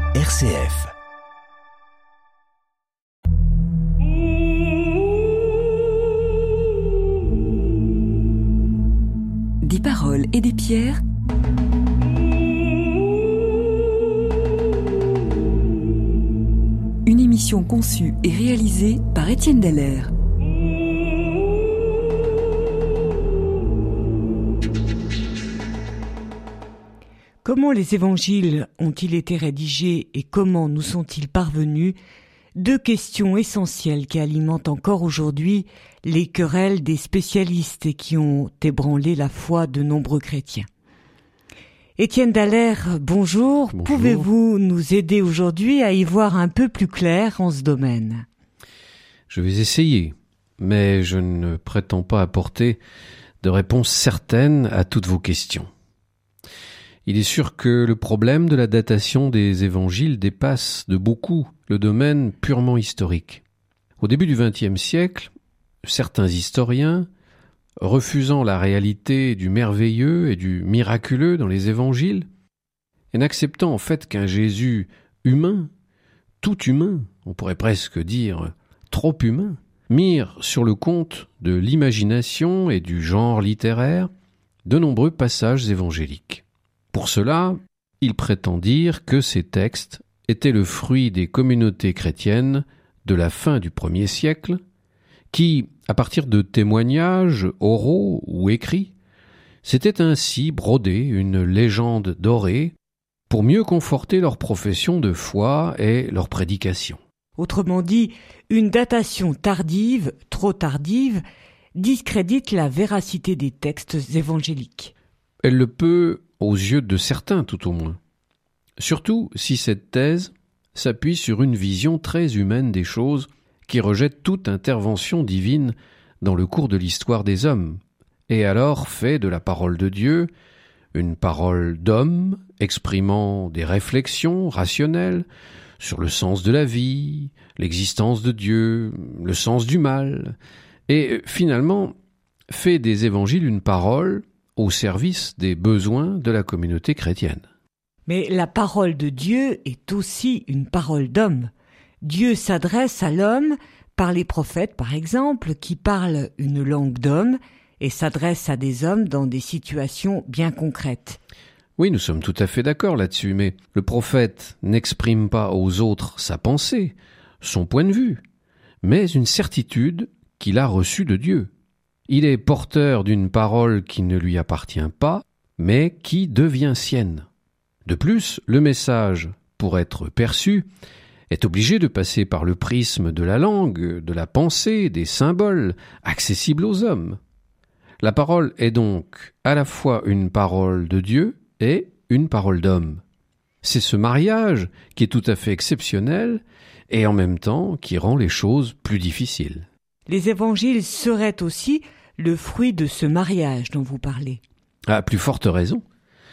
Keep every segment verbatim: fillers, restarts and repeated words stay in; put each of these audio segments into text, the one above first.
R C F. Des paroles et des pierres. Une émission conçue et réalisée par Étienne Dallaire. Comment les évangiles ont-ils été rédigés et comment nous sont-ils parvenus ? Deux questions essentielles qui alimentent encore aujourd'hui les querelles des spécialistes et qui ont ébranlé la foi de nombreux chrétiens. Étienne Dallaire, bonjour. bonjour. Pouvez-vous nous aider aujourd'hui à y voir un peu plus clair en ce domaine ? Je vais essayer, mais je ne prétends pas apporter de réponse certaine à toutes vos questions. Il est sûr que le problème de la datation des évangiles dépasse de beaucoup le domaine purement historique. Au début du vingtième siècle, certains historiens, refusant la réalité du merveilleux et du miraculeux dans les évangiles, et n'acceptant en fait qu'un Jésus humain, tout humain, on pourrait presque dire trop humain, mirent sur le compte de l'imagination et du genre littéraire de nombreux passages évangéliques. Pour cela, il prétend dire que ces textes étaient le fruit des communautés chrétiennes de la fin du premier siècle, qui, à partir de témoignages oraux ou écrits, s'étaient ainsi brodé une légende dorée pour mieux conforter leur profession de foi et leur prédication. Autrement dit, une datation tardive, trop tardive, discrédite la véracité des textes évangéliques. Elle le peut aux yeux de certains tout au moins. Surtout si cette thèse s'appuie sur une vision très humaine des choses qui rejette toute intervention divine dans le cours de l'histoire des hommes, et alors fait de la parole de Dieu une parole d'homme exprimant des réflexions rationnelles sur le sens de la vie, l'existence de Dieu, le sens du mal, et finalement fait des évangiles une parole au service des besoins de la communauté chrétienne. Mais la parole de Dieu est aussi une parole d'homme. Dieu s'adresse à l'homme par les prophètes, par exemple, qui parlent une langue d'homme et s'adressent à des hommes dans des situations bien concrètes. Oui, nous sommes tout à fait d'accord là-dessus, mais le prophète n'exprime pas aux autres sa pensée, son point de vue, mais une certitude qu'il a reçue de Dieu. Il est porteur d'une parole qui ne lui appartient pas, mais qui devient sienne. De plus, le message, pour être perçu, est obligé de passer par le prisme de la langue, de la pensée, des symboles, accessibles aux hommes. La parole est donc à la fois une parole de Dieu et une parole d'homme. C'est ce mariage qui est tout à fait exceptionnel et en même temps qui rend les choses plus difficiles. Les évangiles seraient aussi le fruit de ce mariage dont vous parlez. À plus forte raison.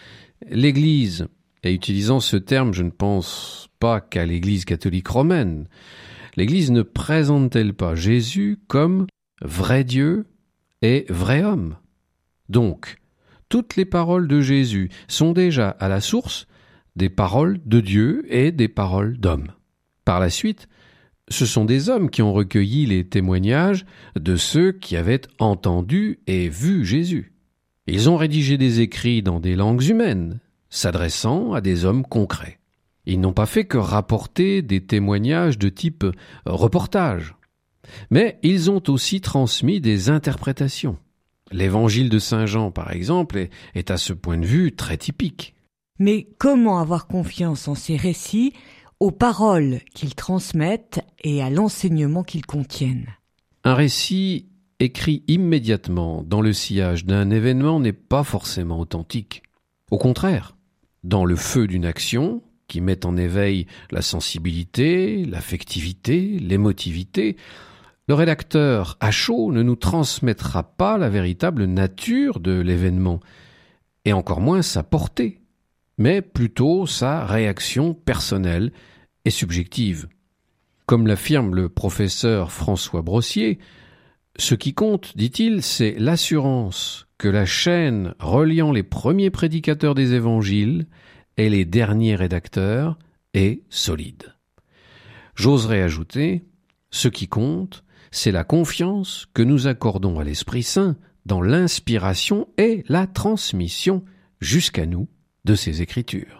L'Église, et utilisant ce terme, je ne pense pas qu'à l'Église catholique romaine, l'Église ne présente-t-elle pas Jésus comme vrai Dieu et vrai homme ? Donc, toutes les paroles de Jésus sont déjà à la source des paroles de Dieu et des paroles d'hommes. Par la suite, ce sont des hommes qui ont recueilli les témoignages de ceux qui avaient entendu et vu Jésus. Ils ont rédigé des écrits dans des langues humaines, s'adressant à des hommes concrets. Ils n'ont pas fait que rapporter des témoignages de type reportage, mais ils ont aussi transmis des interprétations. L'évangile de Saint Jean, par exemple, est, est à ce point de vue très typique. Mais comment avoir confiance en ces récits, aux paroles qu'ils transmettent et à l'enseignement qu'ils contiennent ? Un récit écrit immédiatement dans le sillage d'un événement n'est pas forcément authentique. Au contraire, dans le feu d'une action qui met en éveil la sensibilité, l'affectivité, l'émotivité, le rédacteur à chaud ne nous transmettra pas la véritable nature de l'événement, et encore moins sa portée, mais plutôt sa réaction personnelle et subjective. Comme l'affirme le professeur François Brossier, ce qui compte, dit-il, c'est l'assurance que la chaîne reliant les premiers prédicateurs des évangiles et les derniers rédacteurs et solide. J'oserais ajouter, ce qui compte, c'est la confiance que nous accordons à l'Esprit Saint dans l'inspiration et la transmission jusqu'à nous de ces Écritures.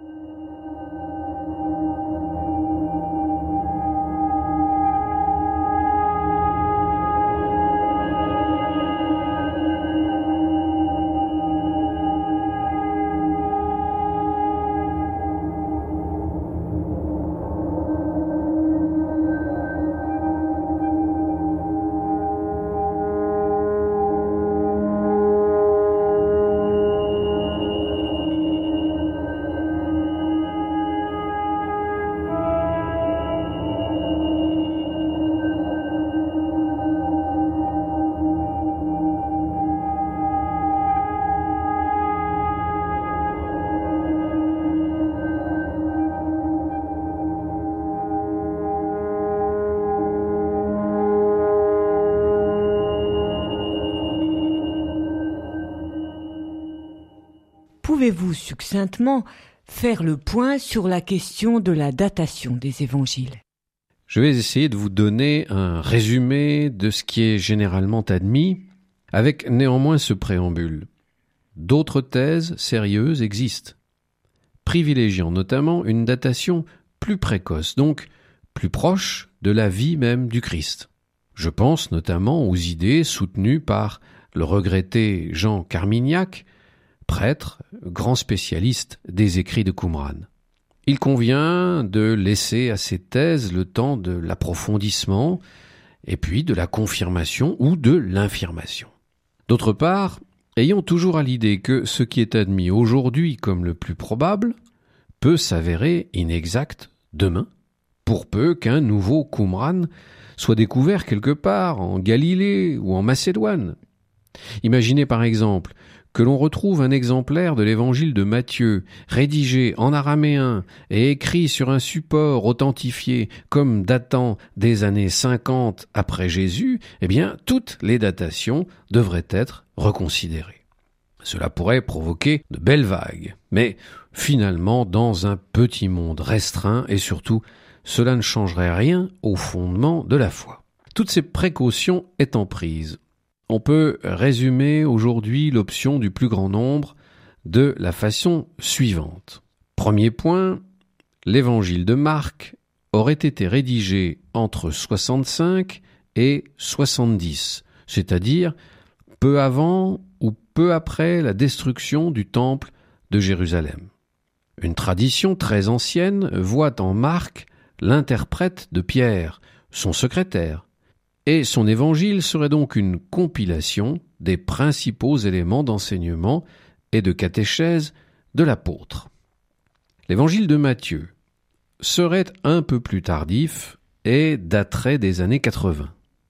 Pouvez-vous succinctement faire le point sur la question de la datation des évangiles ? Je vais essayer de vous donner un résumé de ce qui est généralement admis, avec néanmoins ce préambule. D'autres thèses sérieuses existent, privilégiant notamment une datation plus précoce, donc plus proche de la vie même du Christ. Je pense notamment aux idées soutenues par le regretté Jean Carmignac, prêtre, grand spécialiste des écrits de Qumran. Il convient de laisser à ces thèses le temps de l'approfondissement et puis de la confirmation ou de l'infirmation. D'autre part, ayons toujours à l'idée que ce qui est admis aujourd'hui comme le plus probable peut s'avérer inexact demain, pour peu qu'un nouveau Qumran soit découvert quelque part en Galilée ou en Macédoine. Imaginez par exemple que l'on retrouve un exemplaire de l'évangile de Matthieu, rédigé en araméen et écrit sur un support authentifié comme datant des années cinquante après Jésus, eh bien, toutes les datations devraient être reconsidérées. Cela pourrait provoquer de belles vagues, mais finalement, dans un petit monde restreint et surtout, cela ne changerait rien au fondement de la foi. Toutes ces précautions étant prises, on peut résumer aujourd'hui l'option du plus grand nombre de la façon suivante. Premier point, l'évangile de Marc aurait été rédigé entre soixante-cinq et soixante-dix, c'est-à-dire peu avant ou peu après la destruction du temple de Jérusalem. Une tradition très ancienne voit en Marc l'interprète de Pierre, son secrétaire, et son évangile serait donc une compilation des principaux éléments d'enseignement et de catéchèse de l'apôtre. L'évangile de Matthieu serait un peu plus tardif et daterait des années quatre-vingts.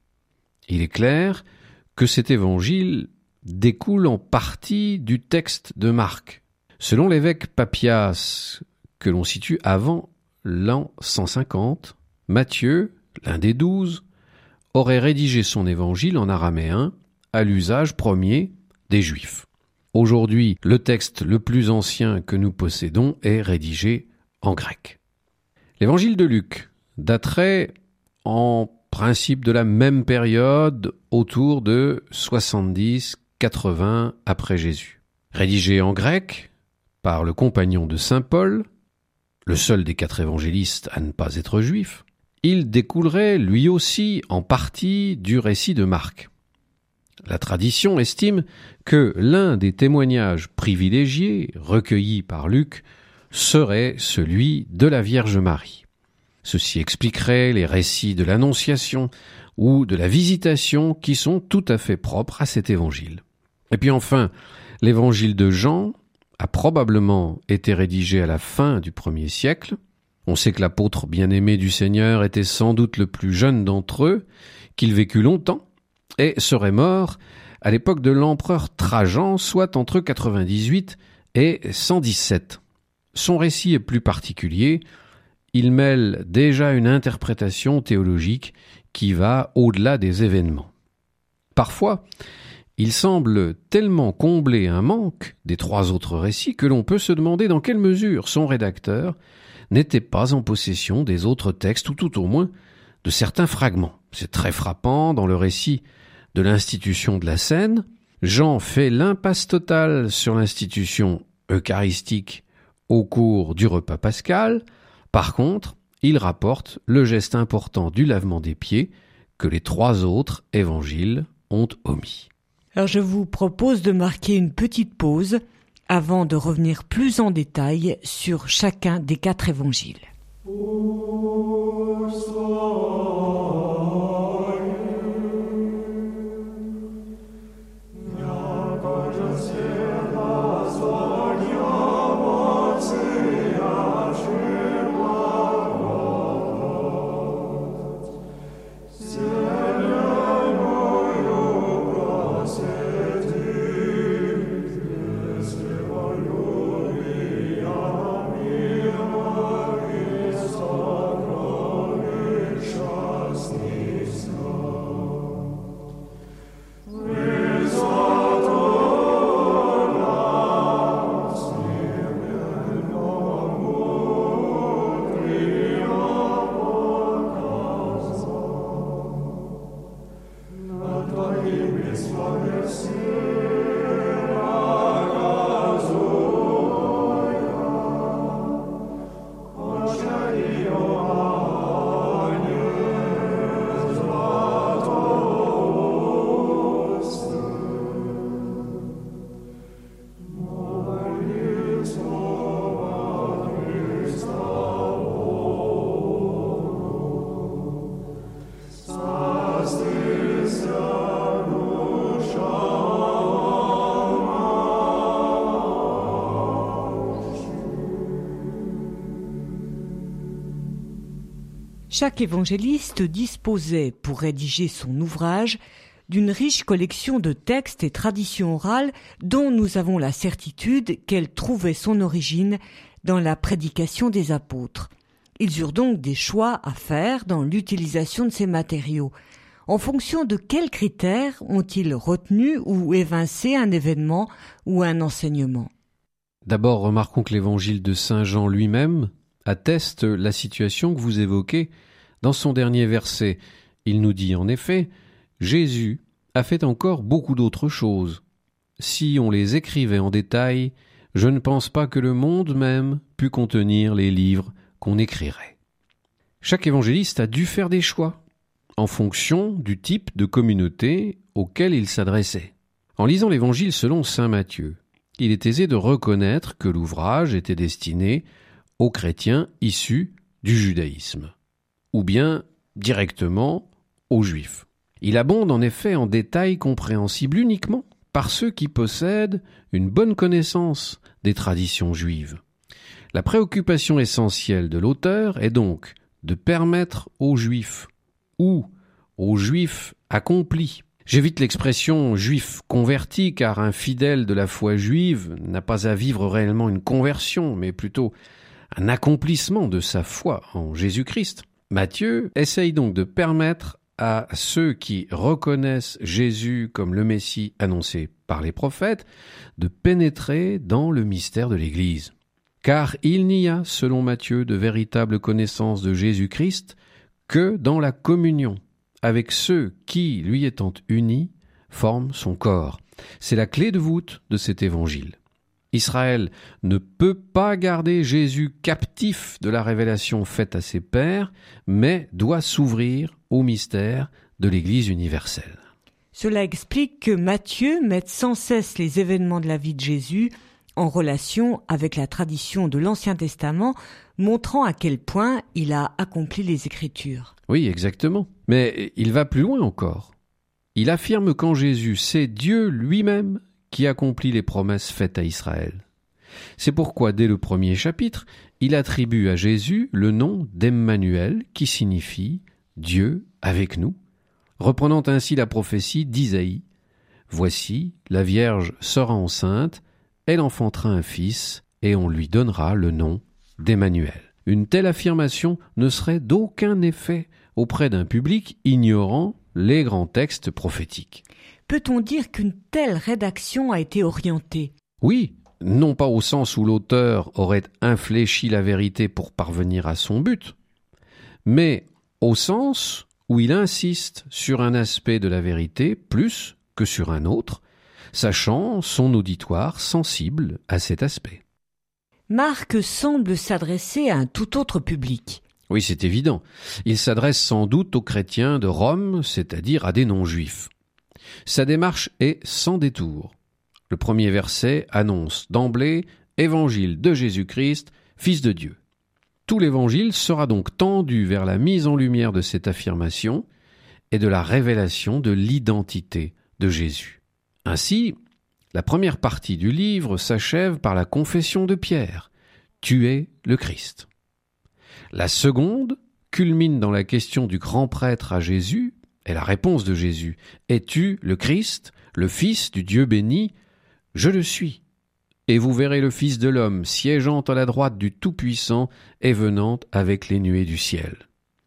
Il est clair que cet évangile découle en partie du texte de Marc. Selon l'évêque Papias, que l'on situe avant l'an cent cinquante, Matthieu, l'un des douze, aurait rédigé son évangile en araméen à l'usage premier des Juifs. Aujourd'hui, le texte le plus ancien que nous possédons est rédigé en grec. L'évangile de Luc daterait en principe de la même période, autour de soixante-dix à quatre-vingts après Jésus. Rédigé en grec par le compagnon de saint Paul, le seul des quatre évangélistes à ne pas être juif, il découlerait lui aussi en partie du récit de Marc. La tradition estime que l'un des témoignages privilégiés recueillis par Luc serait celui de la Vierge Marie. Ceci expliquerait les récits de l'Annonciation ou de la Visitation qui sont tout à fait propres à cet évangile. Et puis enfin, l'évangile de Jean a probablement été rédigé à la fin du premier siècle. On sait que l'apôtre bien-aimé du Seigneur était sans doute le plus jeune d'entre eux, qu'il vécut longtemps et serait mort à l'époque de l'empereur Trajan, soit entre quatre-vingt-dix-huit et cent dix-sept. Son récit est plus particulier, il mêle déjà une interprétation théologique qui va au-delà des événements. Parfois, Il semble tellement combler un manque des trois autres récits que l'on peut se demander dans quelle mesure son rédacteur n'était pas en possession des autres textes, ou tout au moins de certains fragments. C'est très frappant dans le récit de l'institution de la scène. Jean fait l'impasse totale sur l'institution eucharistique au cours du repas pascal. Par contre, il rapporte le geste important du lavement des pieds que les trois autres évangiles ont omis. Alors je vous propose de marquer une petite pause avant de revenir plus en détail sur chacun des quatre évangiles. Chaque évangéliste disposait, pour rédiger son ouvrage, d'une riche collection de textes et traditions orales dont nous avons la certitude qu'elle trouvait son origine dans la prédication des apôtres. Ils eurent donc des choix à faire dans l'utilisation de ces matériaux. En fonction de quels critères ont-ils retenu ou évincé un événement ou un enseignement ? D'abord, remarquons que l'évangile de Saint Jean lui-même atteste la situation que vous évoquez dans son dernier verset. Il nous dit en effet « Jésus a fait encore beaucoup d'autres choses. Si on les écrivait en détail, je ne pense pas que le monde même pût contenir les livres qu'on écrirait. » Chaque évangéliste a dû faire des choix en fonction du type de communauté auquel il s'adressait. En lisant l'évangile selon saint Matthieu, il est aisé de reconnaître que l'ouvrage était destiné aux chrétiens issus du judaïsme, ou bien directement aux juifs. Il abonde en effet en détails compréhensibles uniquement par ceux qui possèdent une bonne connaissance des traditions juives. La préoccupation essentielle de l'auteur est donc de permettre aux juifs ou aux juifs accomplis. J'évite l'expression juif converti car un fidèle de la foi juive n'a pas à vivre réellement une conversion, mais plutôt un accomplissement de sa foi en Jésus-Christ. Matthieu essaye donc de permettre à ceux qui reconnaissent Jésus comme le Messie annoncé par les prophètes de pénétrer dans le mystère de l'Église. Car il n'y a, selon Matthieu, de véritable connaissance de Jésus-Christ que dans la communion avec ceux qui, lui étant unis, forment son corps. C'est la clé de voûte de cet évangile. Israël ne peut pas garder Jésus captif de la révélation faite à ses pères, mais doit s'ouvrir au mystère de l'Église universelle. Cela explique que Matthieu mette sans cesse les événements de la vie de Jésus en relation avec la tradition de l'Ancien Testament, montrant à quel point il a accompli les Écritures. Oui, exactement. Mais il va plus loin encore. Il affirme qu'en Jésus, c'est Dieu lui-même qui accomplit les promesses faites à Israël. C'est pourquoi, dès le premier chapitre, il attribue à Jésus le nom d'Emmanuel, qui signifie « Dieu avec nous », reprenant ainsi la prophétie d'Isaïe. « Voici, la Vierge sera enceinte, elle enfantera un fils, et on lui donnera le nom d'Emmanuel. » Une telle affirmation ne serait d'aucun effet auprès d'un public ignorant les grands textes prophétiques. peut-on dire qu'une telle rédaction a été orientée? Oui, non pas au sens où l'auteur aurait infléchi la vérité pour parvenir à son but, mais au sens où il insiste sur un aspect de la vérité plus que sur un autre, sachant son auditoire sensible à cet aspect. Marc semble s'adresser à un tout autre public. Oui, c'est évident. Il s'adresse sans doute aux chrétiens de Rome, c'est-à-dire à des non-juifs. Sa démarche est sans détour. Le premier verset annonce d'emblée « Évangile de Jésus-Christ, Fils de Dieu ». Tout l'évangile sera donc tendu vers la mise en lumière de cette affirmation et de la révélation de l'identité de Jésus. Ainsi, la première partie du livre s'achève par la confession de Pierre « Tu es le Christ ». La seconde culmine dans la question du grand prêtre à Jésus et la réponse de Jésus « Es-tu le Christ, le Fils du Dieu béni ? Je le suis. Et vous verrez le Fils de l'homme siégeant à la droite du Tout-Puissant et venant avec les nuées du ciel. »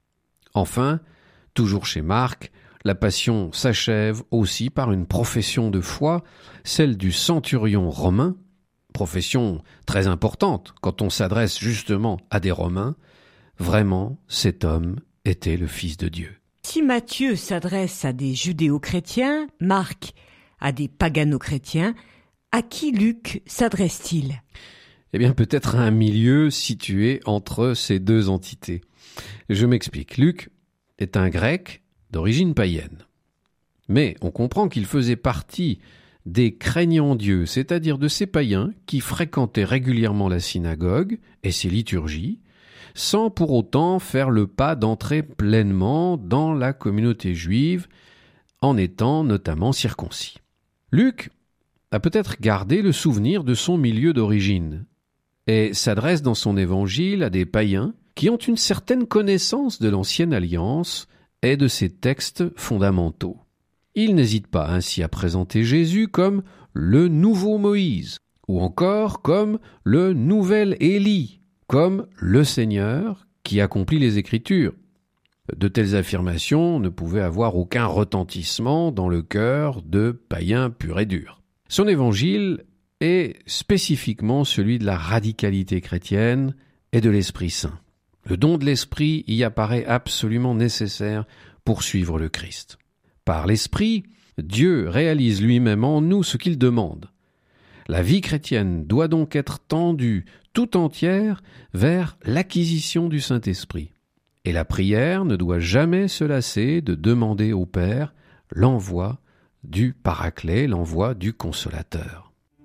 Enfin, toujours chez Marc, la passion s'achève aussi par une profession de foi, celle du centurion romain, profession très importante quand on s'adresse justement à des Romains. Vraiment, cet homme était le Fils de Dieu. Si Matthieu s'adresse à des judéo-chrétiens, Marc à des pagano-chrétiens, à qui Luc s'adresse-t-il? Eh bien, peut-être à un milieu situé entre ces deux entités. Je m'explique. Luc est un grec d'origine païenne. Mais on comprend qu'il faisait partie des craignants Dieu, c'est-à-dire de ces païens qui fréquentaient régulièrement la synagogue et ses liturgies, sans pour autant faire le pas d'entrer pleinement dans la communauté juive, en étant notamment circoncis. Luc a peut-être gardé le souvenir de son milieu d'origine et s'adresse dans son évangile à des païens qui ont une certaine connaissance de l'ancienne alliance et de ses textes fondamentaux. Il n'hésite pas ainsi à présenter Jésus comme le nouveau Moïse, ou encore comme le nouvel Élie, comme le Seigneur qui accomplit les Écritures. De telles affirmations ne pouvaient avoir aucun retentissement dans le cœur de païens purs et durs. Son évangile est spécifiquement celui de la radicalité chrétienne et de l'Esprit Saint. Le don de l'Esprit y apparaît absolument nécessaire pour suivre le Christ. Par l'Esprit, Dieu réalise lui-même en nous ce qu'il demande. La vie chrétienne doit donc être tendue tout entière vers l'acquisition du Saint-Esprit. Et la prière ne doit jamais se lasser de demander au Père l'envoi du Paraclet, l'envoi du Consolateur.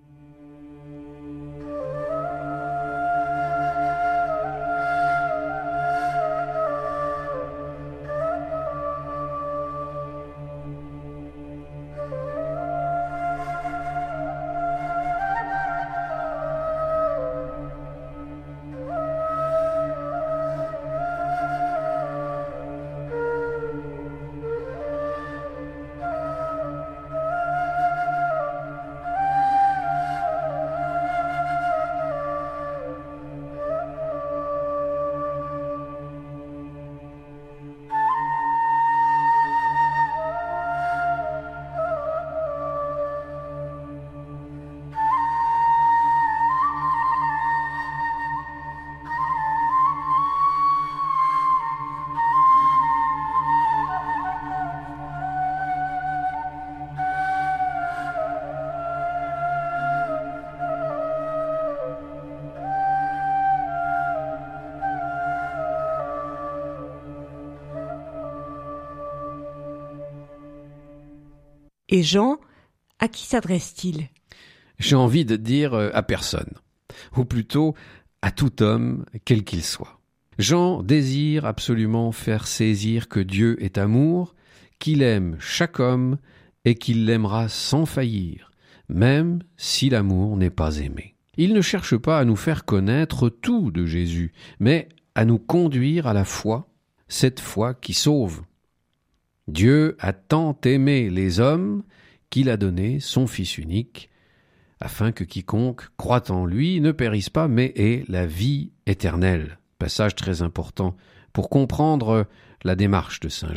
Et Jean, à qui s'adresse-t-il? J'ai envie de dire à personne, ou plutôt à tout homme, quel qu'il soit. Jean désire absolument faire saisir que Dieu est amour, qu'il aime chaque homme et qu'il l'aimera sans faillir, même si l'amour n'est pas aimé. Il ne cherche pas à nous faire connaître tout de Jésus, mais à nous conduire à la foi, cette foi qui sauve. Dieu a tant aimé les hommes qu'il a donné son Fils unique, afin que quiconque croit en lui ne périsse pas, mais ait la vie éternelle. Passage très important pour comprendre la démarche de saint Jean.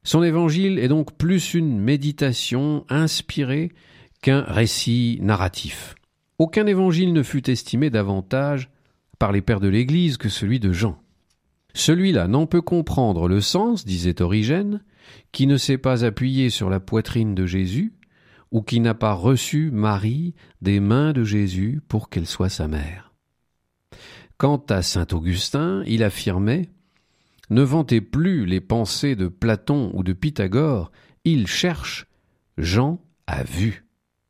Son évangile est donc plus une méditation inspirée qu'un récit narratif. Aucun évangile ne fut estimé davantage par les pères de l'Église que celui de Jean. Celui-là n'en peut comprendre le sens, disait Origène, qui ne s'est pas appuyé sur la poitrine de Jésus, ou qui n'a pas reçu Marie des mains de Jésus pour qu'elle soit sa mère. Quant à saint Augustin, il affirmait « Ne vantez plus les pensées de Platon ou de Pythagore, il cherche, Jean a vu.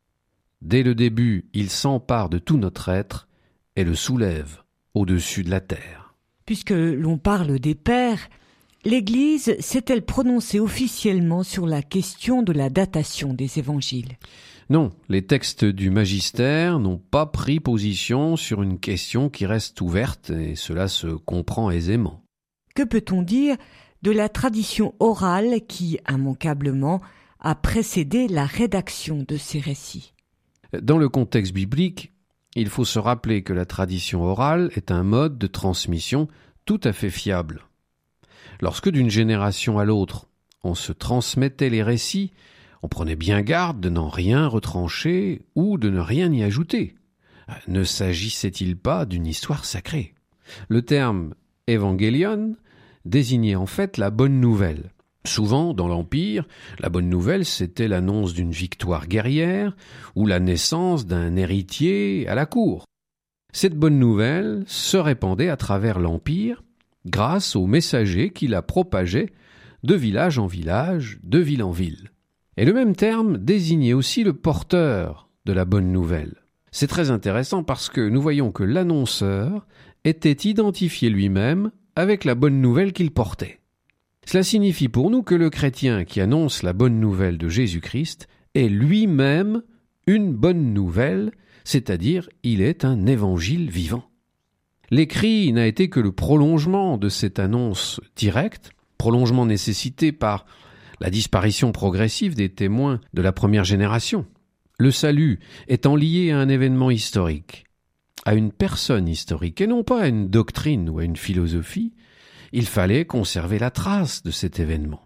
Dès le début, il s'empare de tout notre être et le soulève au-dessus de la terre. » Puisque l'on parle des pères, l'Église s'est-elle prononcée officiellement sur la question de la datation des évangiles ? Non, les textes du magistère n'ont pas pris position sur une question qui reste ouverte et cela se comprend aisément. Que peut-on dire de la tradition orale qui, immanquablement, a précédé la rédaction de ces récits ? Dans le contexte biblique, il faut se rappeler que la tradition orale est un mode de transmission tout à fait fiable. Lorsque d'une génération à l'autre, on se transmettait les récits, on prenait bien garde de n'en rien retrancher ou de ne rien y ajouter. Ne s'agissait-il pas d'une histoire sacrée ? Le terme « évangélion » désignait en fait la bonne nouvelle. Souvent, dans l'Empire, la bonne nouvelle, c'était l'annonce d'une victoire guerrière ou la naissance d'un héritier à la cour. Cette bonne nouvelle se répandait à travers l'Empire grâce aux messagers qui la propageaient de village en village, de ville en ville. Et le même terme désignait aussi le porteur de la bonne nouvelle. C'est très intéressant parce que nous voyons que l'annonceur était identifié lui-même avec la bonne nouvelle qu'il portait. Cela signifie pour nous que le chrétien qui annonce la bonne nouvelle de Jésus-Christ est lui-même une bonne nouvelle, c'est-à-dire il est un évangile vivant. L'écrit n'a été que le prolongement de cette annonce directe, prolongement nécessité par la disparition progressive des témoins de la première génération. Le salut étant lié à un événement historique, à une personne historique et non pas à une doctrine ou à une philosophie, il fallait conserver la trace de cet événement.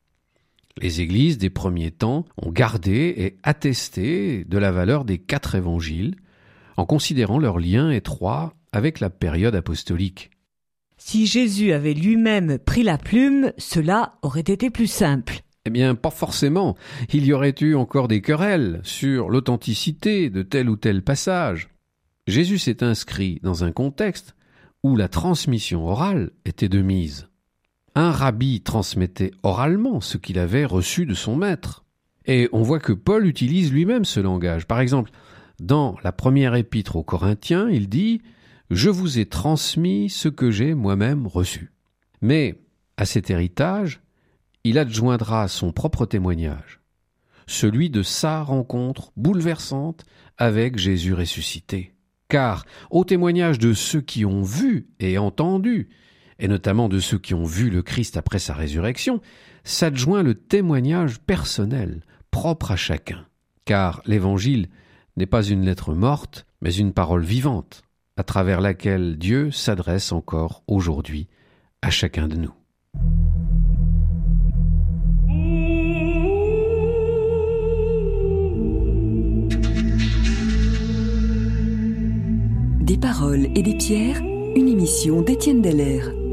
Les églises des premiers temps ont gardé et attesté de la valeur des quatre évangiles en considérant leur lien étroit avec la période apostolique. Si Jésus avait lui-même pris la plume, cela aurait été plus simple. Eh bien, pas forcément. Il y aurait eu encore des querelles sur l'authenticité de tel ou tel passage. Jésus s'est inscrit dans un contexte où la transmission orale était de mise. Un rabbi transmettait oralement ce qu'il avait reçu de son maître. Et on voit que Paul utilise lui-même ce langage. Par exemple, dans la première épître aux Corinthiens, il dit « Je vous ai transmis ce que j'ai moi-même reçu ». Mais à cet héritage, il adjoindra son propre témoignage, celui de sa rencontre bouleversante avec Jésus ressuscité. Car au témoignage de ceux qui ont vu et entendu, et notamment de ceux qui ont vu le Christ après sa résurrection, s'adjoint le témoignage personnel, propre à chacun. Car l'Évangile n'est pas une lettre morte, mais une parole vivante, à travers laquelle Dieu s'adresse encore aujourd'hui à chacun de nous. Des paroles et des pierres, une émission d'Étienne Deller.